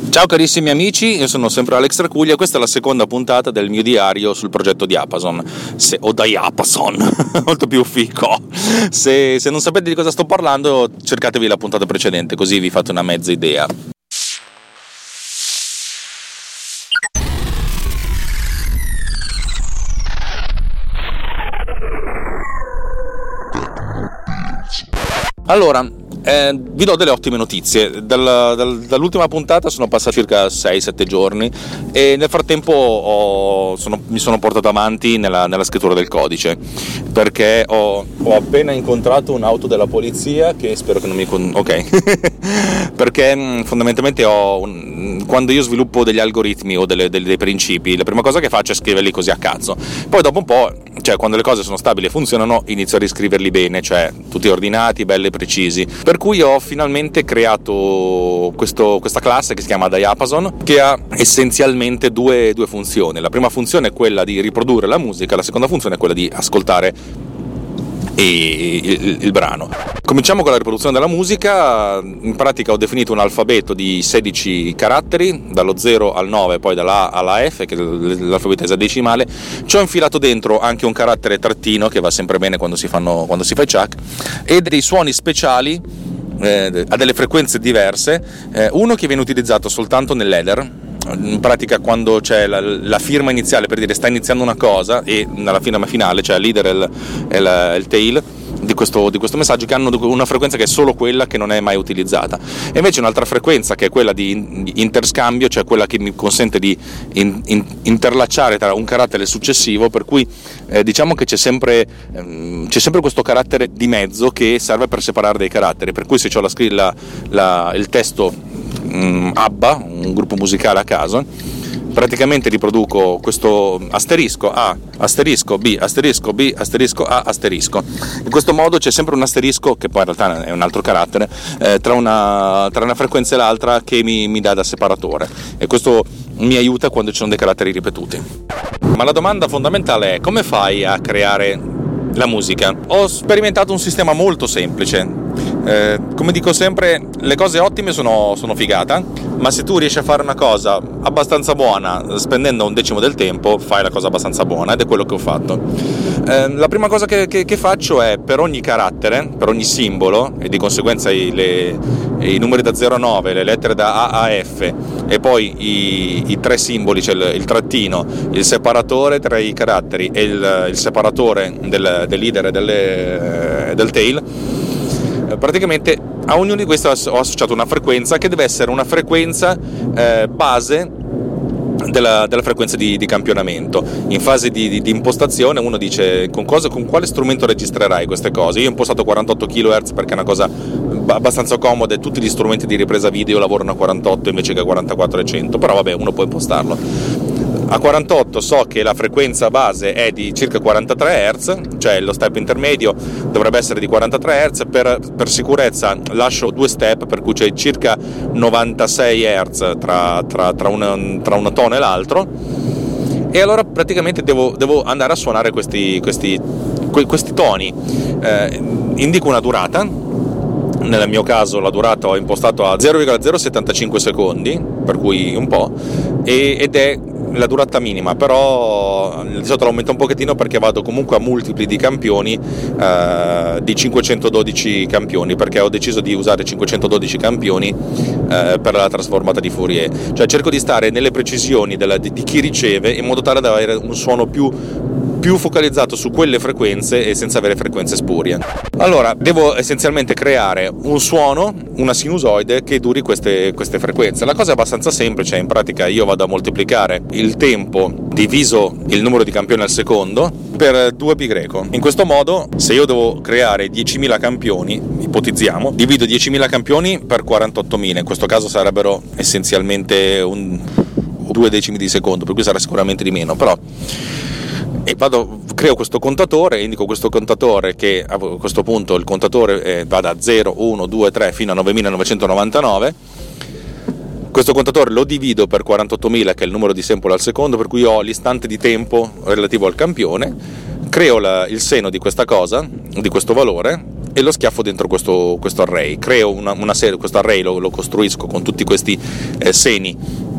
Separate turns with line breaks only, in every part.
Ciao carissimi amici, io sono sempre Alex Tracuglia e questa è la seconda puntata del mio diario sul progetto Diapason, o Diapason, molto più fico. Se non sapete di cosa sto parlando, cercatevi la puntata precedente, così vi fate una mezza idea. Allora, vi do delle ottime notizie. Dall'ultima puntata sono passati circa 6-7 giorni e nel frattempo mi sono portato avanti nella scrittura del codice, perché ho appena incontrato un'auto della polizia che spero che non mi perché fondamentalmente quando io sviluppo degli algoritmi o dei principi, la prima cosa che faccio è scriverli così a cazzo, poi dopo un po', cioè quando le cose sono stabili e funzionano, inizio a riscriverli bene, cioè tutti ordinati, belli e precisi. Per cui ho finalmente creato questa classe che si chiama Diapason, che ha essenzialmente due funzioni. La prima funzione è quella di riprodurre la musica, la seconda funzione è quella di ascoltare il brano. Cominciamo con la riproduzione della musica. In pratica ho definito un alfabeto di 16 caratteri, dallo 0 al 9, poi dalla A alla F, che è l'alfabeto esadecimale. Ci ho infilato dentro anche un carattere trattino, che va sempre bene quando si fa il chuck, e dei suoni speciali a delle frequenze diverse, uno che viene utilizzato soltanto nell'header. In pratica quando c'è la firma iniziale, per dire sta iniziando una cosa, e nella firma finale c'è il leader e il tail di questo messaggio, che hanno una frequenza che è solo quella, che non è mai utilizzata. E invece un'altra frequenza che è quella di interscambio, cioè quella che mi consente di interlacciare tra un carattere e il successivo, per cui diciamo che c'è sempre questo carattere di mezzo che serve per separare dei caratteri, per cui se ho il testo ABBA, un gruppo musicale a caso, praticamente riproduco questo asterisco A, asterisco B, asterisco B, asterisco A, asterisco. In questo modo c'è sempre un asterisco, che poi in realtà è un altro carattere, tra una frequenza e l'altra, che mi dà da separatore, e questo mi aiuta quando ci sono dei caratteri ripetuti. Ma la domanda fondamentale è: come fai a creare la musica? Ho sperimentato un sistema molto semplice. Come dico sempre, le cose ottime sono figata, ma se tu riesci a fare una cosa abbastanza buona spendendo un decimo del tempo, fai la cosa abbastanza buona, ed è quello che ho fatto. La prima cosa che faccio è, per ogni carattere, per ogni simbolo, e di conseguenza i numeri da 0 a 9, le lettere da A a F, e poi i tre simboli, cioè il trattino, il separatore tra i caratteri e il separatore del leader e del tail, praticamente a ognuno di questi ho associato una frequenza, che deve essere una frequenza base della frequenza di campionamento. In fase di impostazione uno dice con quale strumento registrerai queste cose. Io ho impostato 48 kHz perché è una cosa abbastanza comoda, e tutti gli strumenti di ripresa video lavorano a 48 invece che a 44 e 100, però vabbè, uno può impostarlo. A 48 so che la frequenza base è di circa 43 Hz, cioè lo step intermedio dovrebbe essere di 43 Hz, per sicurezza lascio due step, per cui c'è circa 96 Hz tra un tono e l'altro, e allora praticamente devo andare a suonare questi toni. Indico una durata. Nel mio caso la durata ho impostato a 0,075 secondi, per cui un po', ed è la durata minima, però di solito l'aumento un pochettino perché vado comunque a multipli di campioni, di 512 campioni, perché ho deciso di usare 512 campioni per la trasformata di Fourier, cioè cerco di stare nelle precisioni di chi riceve, in modo tale da avere un suono più focalizzato su quelle frequenze e senza avere frequenze spurie. Allora, devo essenzialmente creare un suono, una sinusoide che duri queste frequenze. La cosa è abbastanza semplice, in pratica io vado a moltiplicare il tempo diviso il numero di campioni al secondo per 2π greco. In questo modo, se io devo creare 10.000 campioni, ipotizziamo, divido 10.000 campioni per 48.000, in questo caso sarebbero essenzialmente 2 decimi di secondo, per cui sarà sicuramente di meno, però e creo questo contatore, indico questo contatore, che a questo punto il contatore va da 0, 1, 2, 3 fino a 9.999. Questo contatore lo divido per 48.000, che è il numero di sample al secondo, per cui ho l'istante di tempo relativo al campione, creo il seno di questa cosa, di questo valore, e lo schiaffo dentro questo array. Creo una serie, questo array lo costruisco con tutti questi seni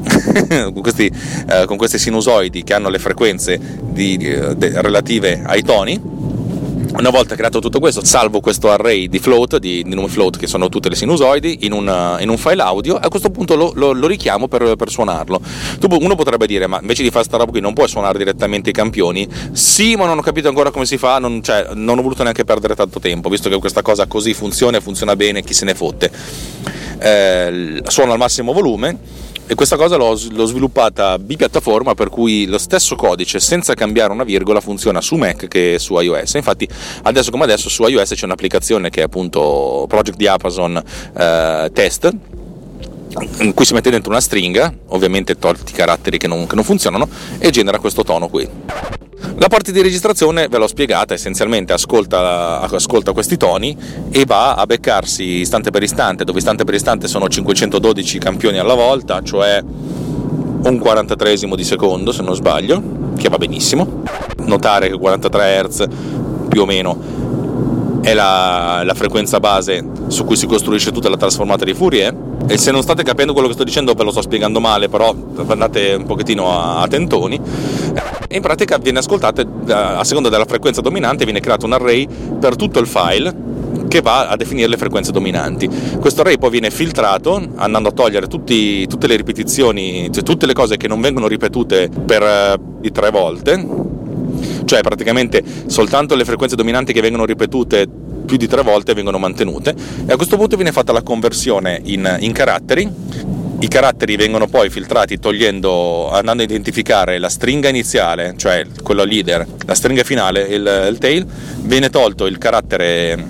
con questi sinusoidi che hanno le frequenze relative ai toni. Una volta creato tutto questo, salvo questo array di float, di numi float, che sono tutte le sinusoidi, in un file audio, e a questo punto lo richiamo per suonarlo. Uno potrebbe dire, ma invece di fare sta roba qui non puoi suonare direttamente i campioni? Sì, ma non ho capito ancora come si fa, non ho voluto neanche perdere tanto tempo, visto che questa cosa così funziona bene, chi se ne fotte. Suono al massimo volume, e questa cosa l'ho sviluppata bipiattaforma, per cui lo stesso codice senza cambiare una virgola funziona su Mac che su iOS. Infatti adesso come adesso su iOS c'è un'applicazione che è appunto Project Diapason Test, in cui si mette dentro una stringa, ovviamente tolti i caratteri che non funzionano, e genera questo tono qui. La parte di registrazione ve l'ho spiegata, essenzialmente ascolta questi toni e va a beccarsi istante per istante, dove istante per istante sono 512 campioni alla volta, cioè un 43esimo di secondo se non sbaglio, che va benissimo. Notare che 43 Hz più o meno è la frequenza base su cui si costruisce tutta la trasformata di Fourier, e se non state capendo quello che sto dicendo ve lo sto spiegando male, però andate un pochettino a tentoni. E in pratica viene ascoltata a seconda della frequenza dominante, viene creato un array per tutto il file che va a definire le frequenze dominanti. Questo array poi viene filtrato andando a togliere tutte le ripetizioni, cioè tutte le cose che non vengono ripetute per di 3 volte, cioè praticamente soltanto le frequenze dominanti che vengono ripetute più di 3 volte vengono mantenute, e a questo punto viene fatta la conversione in caratteri. I caratteri vengono poi filtrati andando a identificare la stringa iniziale, cioè quello leader, la stringa finale, il tail. Viene tolto il carattere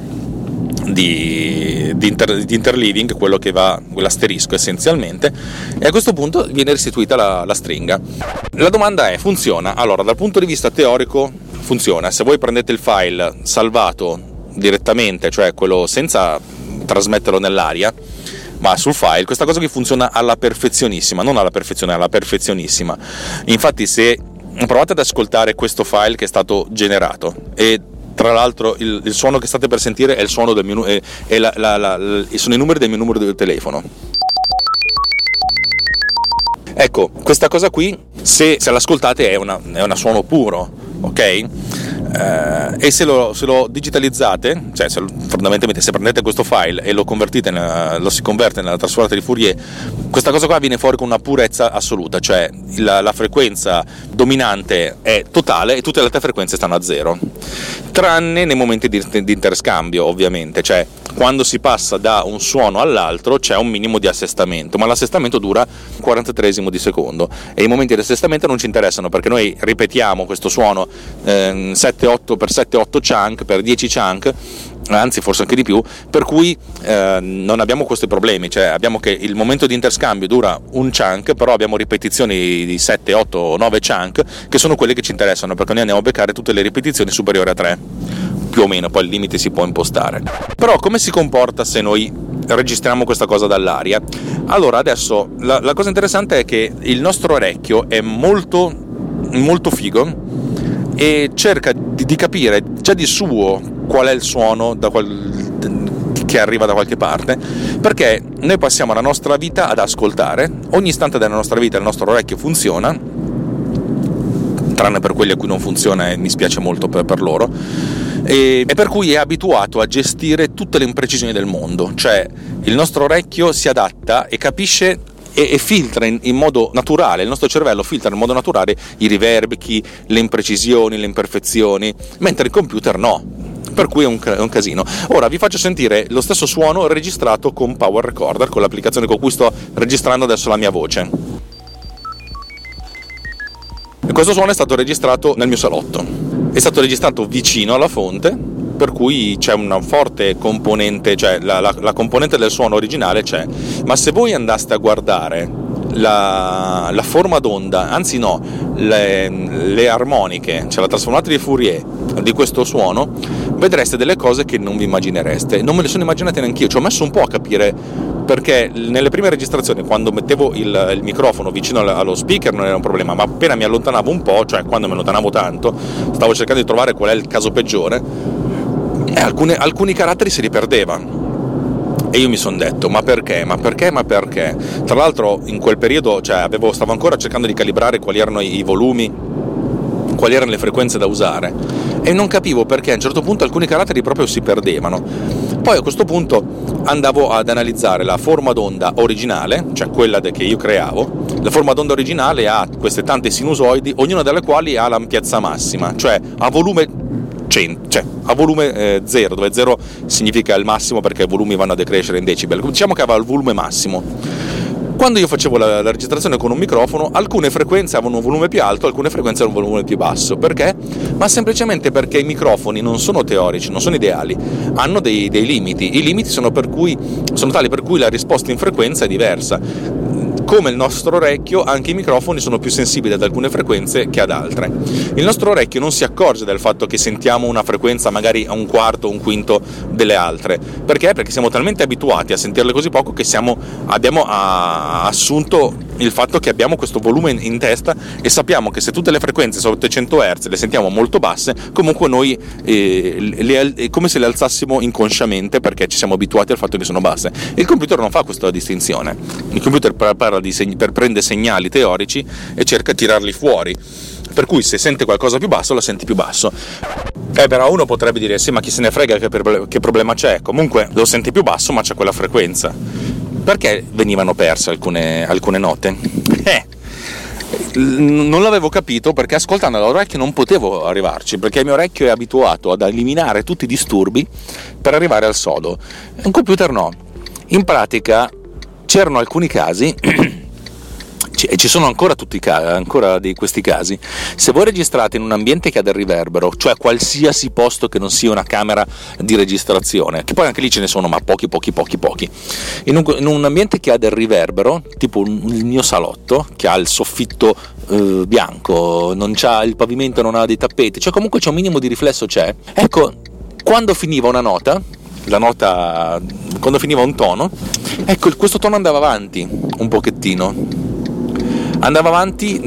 di interleaving, quello che va, l'asterisco essenzialmente, e a questo punto viene restituita la stringa. La domanda è: funziona? Allora, dal punto di vista teorico funziona. Se voi prendete il file salvato direttamente, cioè quello senza trasmetterlo nell'aria, ma sul file, questa cosa qui funziona alla perfezionissima, non alla perfezione, alla perfezionissima. Infatti se provate ad ascoltare questo file che è stato generato, e tra l'altro il suono che state per sentire è il suono del mio, sono i numeri del mio numero del telefono. Ecco, questa cosa qui, se l'ascoltate è una suono puro, ok? E se lo digitalizzate, cioè fondamentalmente se prendete questo file e lo si converte nella trasformata di Fourier, questa cosa qua viene fuori con una purezza assoluta, cioè la frequenza dominante è totale e tutte le altre frequenze stanno a 0, tranne nei momenti di interscambio, ovviamente, cioè quando si passa da un suono all'altro c'è un minimo di assestamento, ma l'assestamento dura un 43esimo di secondo, e i momenti di assestamento non ci interessano, perché noi ripetiamo questo suono 7-8 per 7-8 chunk per 10 chunk, anzi forse anche di più, per cui non abbiamo questi problemi, cioè abbiamo che il momento di interscambio dura un chunk, però abbiamo ripetizioni di 7, 8, 9 chunk che sono quelle che ci interessano, perché noi andiamo a beccare tutte le ripetizioni superiori a 3 più o meno, poi il limite si può impostare. Però come si comporta se noi registriamo questa cosa dall'aria? Allora adesso la cosa interessante è che il nostro orecchio è molto molto figo e cerca di capire già di suo qual è il suono che arriva da qualche parte, perché noi passiamo la nostra vita ad ascoltare, ogni istante della nostra vita il nostro orecchio funziona, tranne per quelli a cui non funziona, e mi spiace molto per loro, e per cui è abituato a gestire tutte le imprecisioni del mondo, cioè il nostro orecchio si adatta e capisce e filtra in modo naturale, il nostro cervello filtra in modo naturale i riverberi, le imprecisioni, le imperfezioni, mentre il computer no, per cui è un casino. Ora vi faccio sentire lo stesso suono registrato con Power Recorder, con l'applicazione con cui sto registrando adesso la mia voce. E questo suono è stato registrato nel mio salotto, è stato registrato vicino alla fonte, per cui c'è una forte componente, cioè la componente del suono originale c'è, ma se voi andaste a guardare la forma d'onda, anzi no, le armoniche, cioè la trasformata di Fourier di questo suono, vedreste delle cose che non vi immaginereste. Non me le sono immaginate neanch'io, ci ho messo un po' a capire, perché nelle prime registrazioni, quando mettevo il microfono vicino allo speaker non era un problema, ma appena mi allontanavo un po', cioè quando mi allontanavo tanto, stavo cercando di trovare qual è il caso peggiore, alcuni caratteri se li perdeva. E io mi sono detto, ma perché? Tra l'altro in quel periodo, stavo ancora cercando di calibrare quali erano i volumi, quali erano le frequenze da usare, e non capivo perché a un certo punto alcuni caratteri proprio si perdevano. Poi a questo punto andavo ad analizzare la forma d'onda originale, cioè quella che io creavo. La forma d'onda originale ha queste tante sinusoidi, ognuna delle quali ha l'ampiezza massima, cioè a volume 0, dove 0 significa il massimo perché i volumi vanno a decrescere in decibel. Diciamo che aveva il volume massimo. Quando io facevo la registrazione con un microfono, alcune frequenze avevano un volume più alto, alcune frequenze avevano un volume più basso. Perché? Ma semplicemente perché i microfoni non sono teorici, non sono ideali, hanno dei limiti. I limiti sono tali per cui la risposta in frequenza è diversa. Come il nostro orecchio, anche i microfoni sono più sensibili ad alcune frequenze che ad altre. Il nostro orecchio non si accorge del fatto che sentiamo una frequenza magari a un quarto o un quinto delle altre. Perché? Perché siamo talmente abituati a sentirle così poco che abbiamo assunto il fatto che abbiamo questo volume in testa e sappiamo che se tutte le frequenze sotto i 100 Hz le sentiamo molto basse, comunque noi è come se le alzassimo inconsciamente perché ci siamo abituati al fatto che sono basse. Il computer non fa questa distinzione. Il computer prende segnali teorici e cerca di tirarli fuori, per cui se sente qualcosa più basso lo senti più basso. Però uno potrebbe dire sì, ma chi se ne frega, che problema c'è? Comunque lo senti più basso, ma c'è quella frequenza. Perché venivano perse alcune note? Non l'avevo capito, perché ascoltando l'orecchio non potevo arrivarci, perché il mio orecchio è abituato ad eliminare tutti i disturbi per arrivare al sodo. Un computer no. In pratica c'erano alcuni casi e ci sono ancora di questi casi. Se voi registrate in un ambiente che ha del riverbero, cioè qualsiasi posto che non sia una camera di registrazione, che poi anche lì ce ne sono, ma pochi, in un ambiente che ha del riverbero, tipo il mio salotto, che ha il soffitto bianco, non c'ha il pavimento, non ha dei tappeti, cioè comunque c'è un minimo di riflesso, c'è. Ecco, quando finiva una nota, quando finiva un tono, ecco, questo tono andava avanti un pochettino. Andava avanti,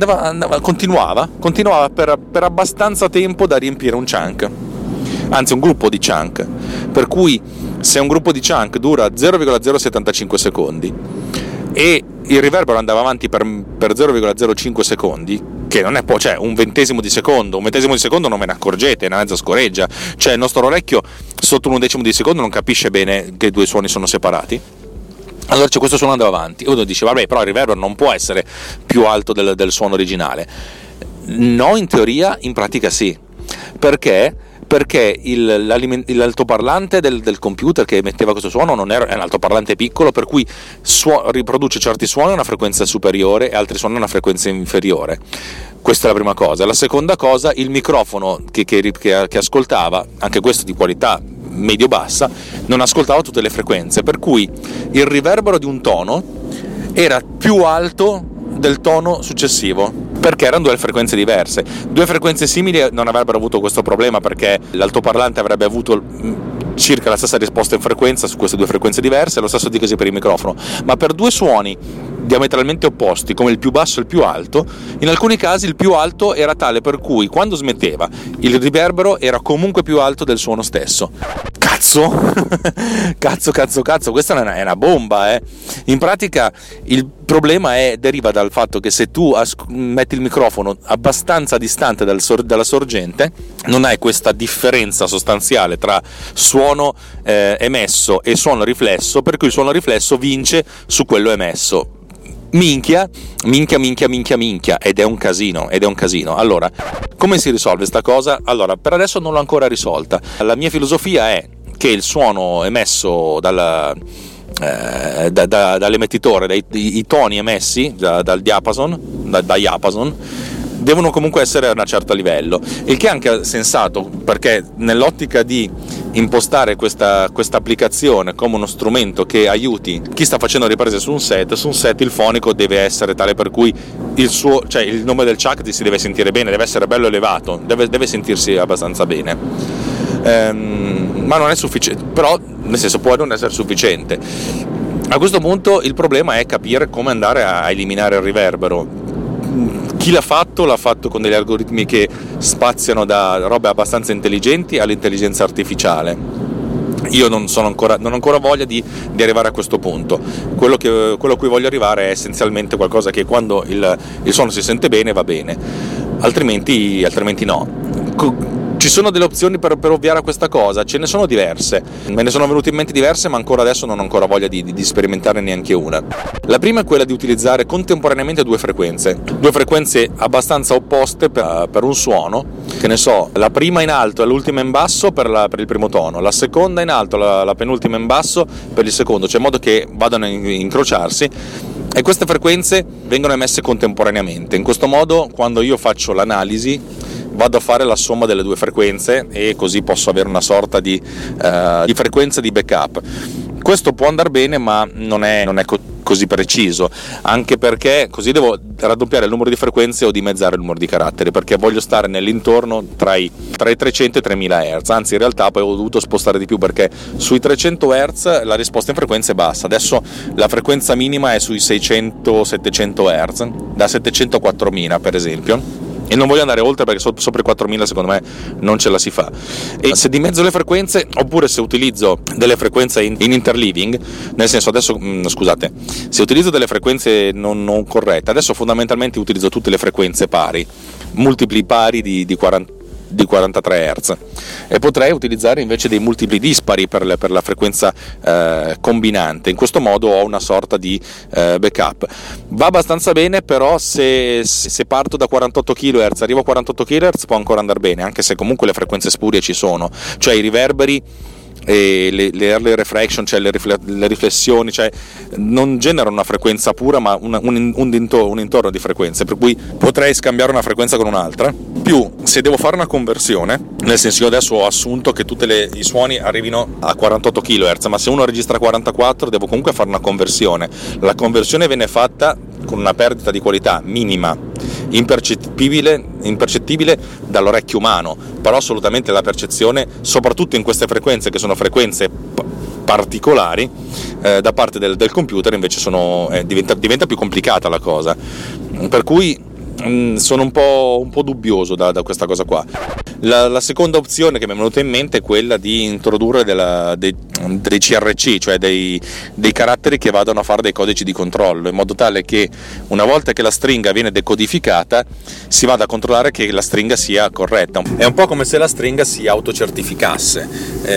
continuava per abbastanza tempo da riempire un chunk, anzi un gruppo di chunk, per cui se un gruppo di chunk dura 0,075 secondi e il riverbero andava avanti per 0,05 secondi, che non è un ventesimo di secondo non ve ne accorgete, è una mezza scoreggia, cioè il nostro orecchio sotto un undecimo di secondo non capisce bene che i due suoni sono separati. Allora c'è questo suono andava avanti, e uno dice vabbè, però il riverbero non può essere più alto del suono originale. No, in teoria, in pratica sì. Perché l'altoparlante del computer che emetteva questo suono è un altoparlante piccolo, per cui riproduce certi suoni a una frequenza superiore e altri suoni a una frequenza inferiore. Questa è la prima cosa. La seconda cosa, il microfono che ascoltava, anche questo di qualità medio-bassa, non ascoltava tutte le frequenze, per cui il riverbero di un tono era più alto del tono successivo, perché erano due frequenze diverse. Due frequenze simili non avrebbero avuto questo problema, perché l'altoparlante avrebbe avuto circa la stessa risposta in frequenza su queste due frequenze diverse, lo stesso dicasi per il microfono. Ma per due suoni diametralmente opposti, come il più basso e il più alto, in alcuni casi il più alto era tale per cui quando smetteva il riverbero era comunque più alto del suono stesso. Cazzo, questa è una bomba, In pratica il problema deriva dal fatto che se tu metti il microfono abbastanza distante dalla sorgente, non hai questa differenza sostanziale tra suono emesso e suono riflesso, per cui il suono riflesso vince su quello emesso. Minchia, ed è un casino. Allora, come si risolve sta cosa? Allora, per adesso non l'ho ancora risolta. La mia filosofia è che il suono emesso dall'emettitore, i toni emessi dal diapason, devono comunque essere a un certo livello, il che è anche sensato, perché nell'ottica di impostare questa applicazione come uno strumento che aiuti chi sta facendo riprese su un set il fonico deve essere tale per cui il nome del chuck si deve sentire bene, deve essere bello elevato, deve sentirsi abbastanza bene. Ma non è sufficiente, però nel senso può non essere sufficiente. A questo punto il problema è capire come andare a eliminare il riverbero. Chi l'ha fatto con degli algoritmi che spaziano da robe abbastanza intelligenti all'intelligenza artificiale. Io non ho ancora voglia di arrivare a questo punto. Quello a cui voglio arrivare è essenzialmente qualcosa che quando il suono si sente bene va bene, altrimenti no. Ci sono delle opzioni per ovviare a questa cosa, ce ne sono diverse, me ne sono venute in mente diverse, ma ancora adesso non ho ancora voglia di sperimentarne neanche una. La prima è quella di utilizzare contemporaneamente due frequenze abbastanza opposte per un suono, che ne so, la prima in alto e l'ultima in basso per il primo tono, la seconda in alto, la penultima in basso per il secondo, cioè in modo che vadano a incrociarsi. E queste frequenze vengono emesse contemporaneamente. In questo modo, quando io faccio l'analisi, vado a fare la somma delle due frequenze e così posso avere una sorta di frequenza di backup. Questo può andare bene, ma non è così preciso, anche perché così devo raddoppiare il numero di frequenze o dimezzare il numero di caratteri, perché voglio stare nell'intorno tra i 300 e 3000 Hz, anzi in realtà poi ho dovuto spostare di più, perché sui 300 Hz la risposta in frequenza è bassa, adesso la frequenza minima è sui 600-700 Hz, da 700 a 4000 per esempio, e non voglio andare oltre perché sopra i 4000 secondo me non ce la si fa. E se dimezzo le frequenze, oppure se utilizzo delle frequenze in interleaving, nel senso adesso scusate, se utilizzo delle frequenze non corrette, adesso fondamentalmente utilizzo tutte le frequenze pari, multipli pari di 43 Hz, e potrei utilizzare invece dei multipli dispari per la frequenza combinante. In questo modo ho una sorta di backup. Va abbastanza bene, però se parto da 48 kHz, arrivo a 48 kHz può ancora andare bene, anche se comunque le frequenze spurie ci sono, cioè i riverberi e le early reflection, cioè le riflessioni, cioè non generano una frequenza pura, ma un intorno di frequenze, per cui potrei scambiare una frequenza con un'altra. Più, se devo fare una conversione, nel senso io adesso ho assunto che tutti i suoni arrivino a 48 kHz, ma se uno registra 44 devo comunque fare una conversione. La conversione viene fatta con una perdita di qualità minima, impercettibile dall'orecchio umano, però assolutamente la percezione, soprattutto in queste frequenze che sono frequenze particolari, da parte del computer invece diventa più complicata la cosa, per cui sono un po' dubbioso da questa cosa qua. La seconda opzione che mi è venuta in mente è quella di introdurre dei CRC, cioè dei caratteri che vadano a fare dei codici di controllo, in modo tale che una volta che la stringa viene decodificata si vada a controllare che la stringa sia corretta. È un po' come se la stringa si autocertificasse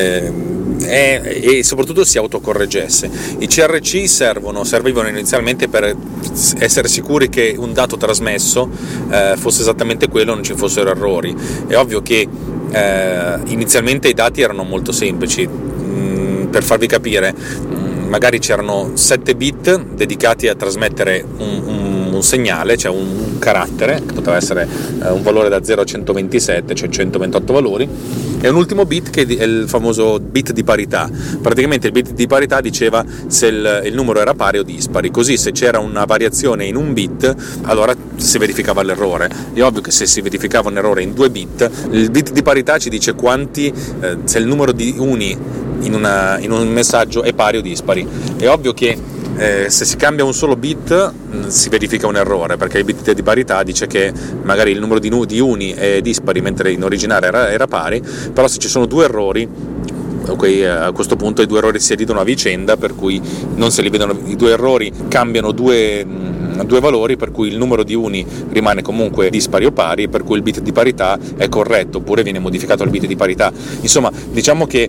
e soprattutto si autocorreggesse. I CRC servivano inizialmente per essere sicuri che un dato trasmesso fosse esattamente quello, non ci fossero errori. È ovvio che inizialmente i dati erano molto semplici. Per farvi capire, magari c'erano 7 bit dedicati a trasmettere un segnale, cioè un carattere, che poteva essere un valore da 0 a 127, cioè 128 valori, e un ultimo bit che è il famoso bit di parità. Praticamente il bit di parità diceva se il numero era pari o dispari, così se c'era una variazione in un bit allora si verificava l'errore. È ovvio che se si verificava un errore in 2 bit, il bit di parità ci dice se il numero di uni in un messaggio è pari o dispari. È ovvio che se si cambia un solo bit si verifica un errore, perché il bit di parità dice che magari il numero di uni è dispari mentre in originale era pari, però se ci sono due errori, a questo punto i due errori si ridono a vicenda, per cui non se li vedono, i due errori cambiano due valori, per cui il numero di uni rimane comunque dispari o pari, per cui il bit di parità è corretto, oppure viene modificato il bit di parità. Insomma, diciamo che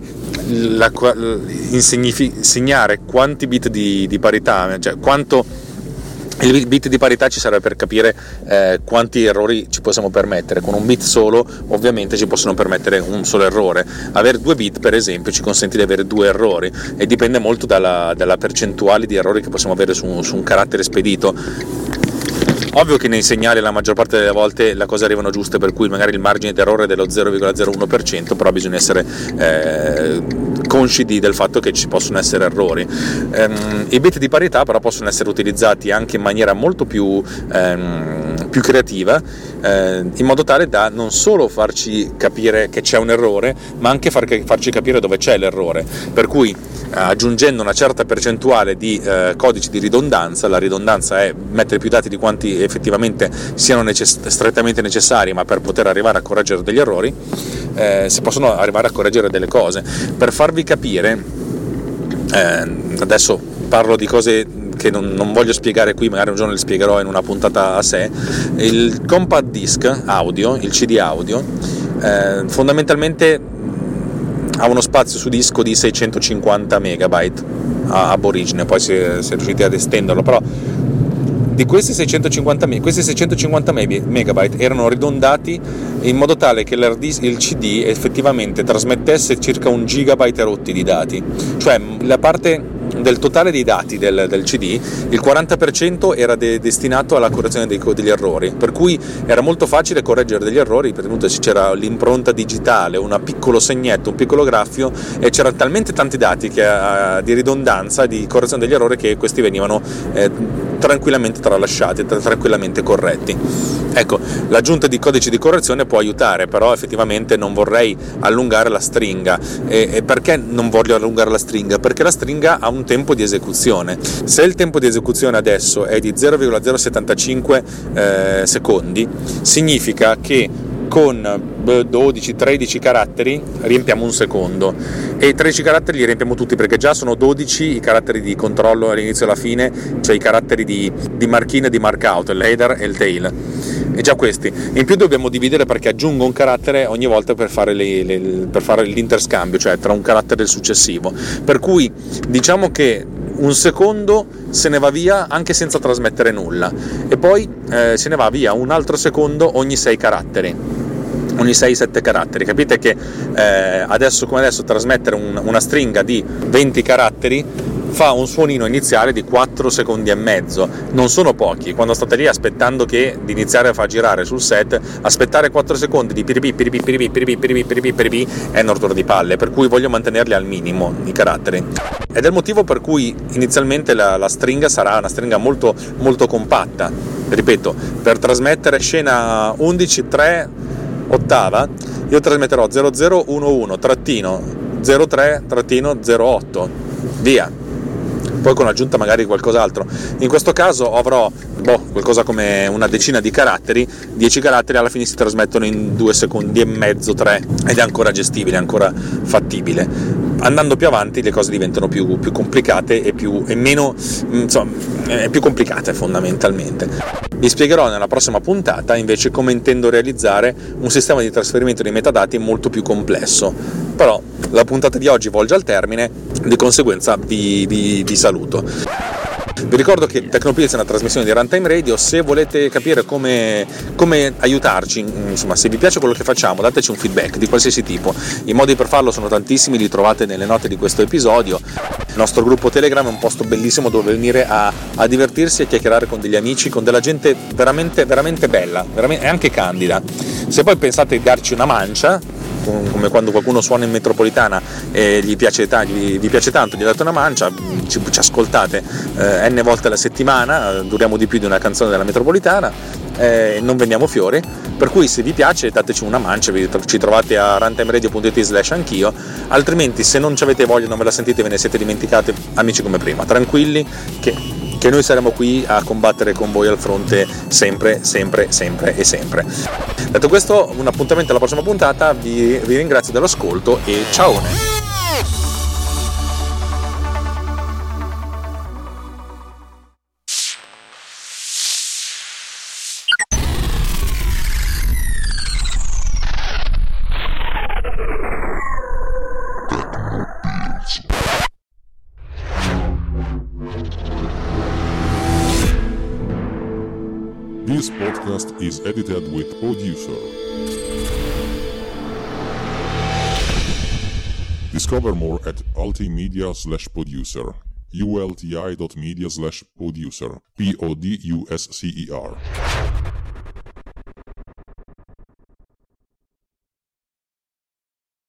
insegnare quanti bit di parità, cioè quanto il bit di parità ci serve per capire quanti errori ci possiamo permettere. Con un bit solo ovviamente ci possono permettere un solo errore. Avere 2 bit per esempio ci consente di avere 2 errori, e dipende molto dalla percentuale di errori che possiamo avere su un carattere spedito. Ovvio che nei segnali la maggior parte delle volte le cose arrivano giuste, per cui magari il margine d'errore è dello 0,01%, però bisogna essere consci del fatto che ci possono essere errori. I bit di parità però possono essere utilizzati anche in maniera molto più più creativa, in modo tale da non solo farci capire che c'è un errore, ma anche farci capire dove c'è l'errore, per cui aggiungendo una certa percentuale di codici di ridondanza. La ridondanza è mettere più dati di quanti effettivamente siano strettamente necessari, ma per poter arrivare a correggere degli errori, si possono arrivare a correggere delle cose. Per farvi capire, adesso parlo di cose che non voglio spiegare qui, magari un giorno le spiegherò in una puntata a sé. Il compact disc audio, il CD audio, fondamentalmente ha uno spazio su disco di 650 megabyte ab origine, poi si è riusciti ad estenderlo, però di questi 650 megabyte erano ridondati in modo tale che il CD effettivamente trasmettesse circa 1 gigabyte e rotti di dati, cioè la parte del totale dei dati del CD, il 40% era destinato alla correzione degli errori, per cui era molto facile correggere degli errori, perché c'era l'impronta digitale, un piccolo segnetto, un piccolo graffio, e c'erano talmente tanti dati di ridondanza, di correzione degli errori, che questi venivano tranquillamente tralasciati, tranquillamente corretti. Ecco, l'aggiunta di codici di correzione può aiutare, però effettivamente non vorrei allungare la stringa. E perché non voglio allungare la stringa? Perché la stringa ha un tempo di esecuzione. Se il tempo di esecuzione adesso è di 0,075 secondi, significa che con 12-13 caratteri riempiamo un secondo, e 13 caratteri li riempiamo tutti, perché già sono 12 i caratteri di controllo all'inizio e alla fine, cioè i caratteri di mark-in e di mark-out, il header e il tail, e già questi. In più dobbiamo dividere, perché aggiungo un carattere ogni volta per fare l'interscambio, cioè tra un carattere e il successivo, per cui diciamo che un secondo se ne va via anche senza trasmettere nulla, e poi se ne va via un altro secondo ogni 6 caratteri, ogni 6-7 caratteri. Capite che adesso come adesso trasmettere una stringa di 20 caratteri fa un suonino iniziale di 4 secondi e mezzo. Non sono pochi. Quando state lì aspettando di iniziare a far girare sul set, aspettare 4 secondi di piripì è un rottura di palle, per cui voglio mantenerli al minimo i caratteri, ed è il motivo per cui inizialmente la stringa sarà una stringa molto molto compatta. Ripeto, per trasmettere scena 11-3 ottava io trasmetterò 0011-03-08 via, poi con aggiunta magari qualcos'altro. In questo caso avrò qualcosa come una decina di caratteri, 10 caratteri alla fine si trasmettono in 2 secondi e mezzo, 3, ed è ancora gestibile, ancora fattibile. Andando più avanti le cose diventano più complicate e meno, insomma, è più complicate fondamentalmente. Vi spiegherò nella prossima puntata invece come intendo realizzare un sistema di trasferimento dei metadati molto più complesso, però la puntata di oggi volge al termine, di conseguenza vi saluto. Vi ricordo che Tecnopills è una trasmissione di Runtime Radio. Se volete capire come aiutarci, insomma, se vi piace quello che facciamo, dateci un feedback di qualsiasi tipo. I modi per farlo sono tantissimi, li trovate nelle note di questo episodio. Il nostro gruppo Telegram è un posto bellissimo dove venire a divertirsi e chiacchierare con degli amici, con della gente veramente, veramente bella, e anche candida. Se poi pensate di darci una mancia, come quando qualcuno suona in metropolitana e vi piace tanto, gli date una mancia, ci ascoltate n volte alla settimana, duriamo di più di una canzone della metropolitana, non vendiamo fiori, per cui se vi piace dateci una mancia. Ci trovate a runtimeradio.it/anch'io, altrimenti se non ci avete voglia, non ve la sentite, ve ne siete dimenticate, amici come prima, tranquilli che noi saremo qui a combattere con voi al fronte sempre. Detto questo, un appuntamento alla prossima puntata, vi ringrazio dell'ascolto e ciao!
This podcast is edited with Producer. Discover more at ultimedia/producer. ulti.media/producer. PODUSCER.